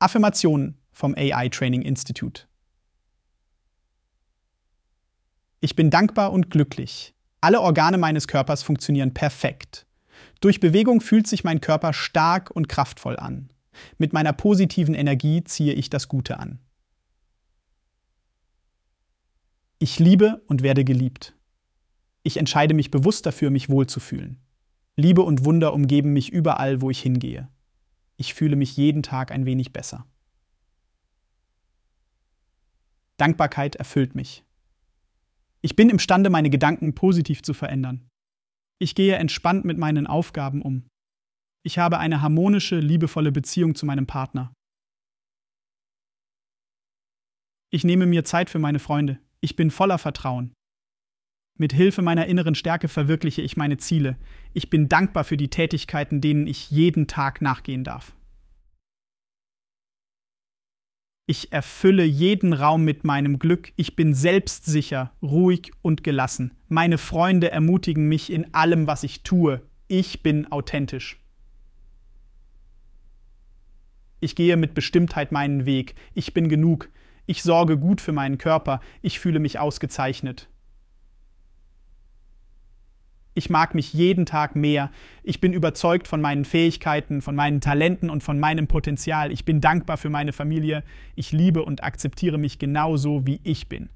Affirmationen vom AI Training Institute. Ich bin dankbar und glücklich. Alle Organe meines Körpers funktionieren perfekt. Durch Bewegung fühlt sich mein Körper stark und kraftvoll an. Mit meiner positiven Energie ziehe ich das Gute an. Ich liebe und werde geliebt. Ich entscheide mich bewusst dafür, mich wohlzufühlen. Liebe und Wunder umgeben mich überall, wo ich hingehe. Ich fühle mich jeden Tag ein wenig besser. Dankbarkeit erfüllt mich. Ich bin imstande, meine Gedanken positiv zu verändern. Ich gehe entspannt mit meinen Aufgaben um. Ich habe eine harmonische, liebevolle Beziehung zu meinem Partner. Ich nehme mir Zeit für meine Freunde. Ich bin voller Vertrauen. Mit Hilfe meiner inneren Stärke verwirkliche ich meine Ziele. Ich bin dankbar für die Tätigkeiten, denen ich jeden Tag nachgehen darf. Ich erfülle jeden Raum mit meinem Glück. Ich bin selbstsicher, ruhig und gelassen. Meine Freunde ermutigen mich in allem, was ich tue. Ich bin authentisch. Ich gehe mit Bestimmtheit meinen Weg. Ich bin genug. Ich sorge gut für meinen Körper. Ich fühle mich ausgezeichnet. Ich mag mich jeden Tag mehr. Ich bin überzeugt von meinen Fähigkeiten, von meinen Talenten und von meinem Potenzial. Ich bin dankbar für meine Familie. Ich liebe und akzeptiere mich genauso, wie ich bin.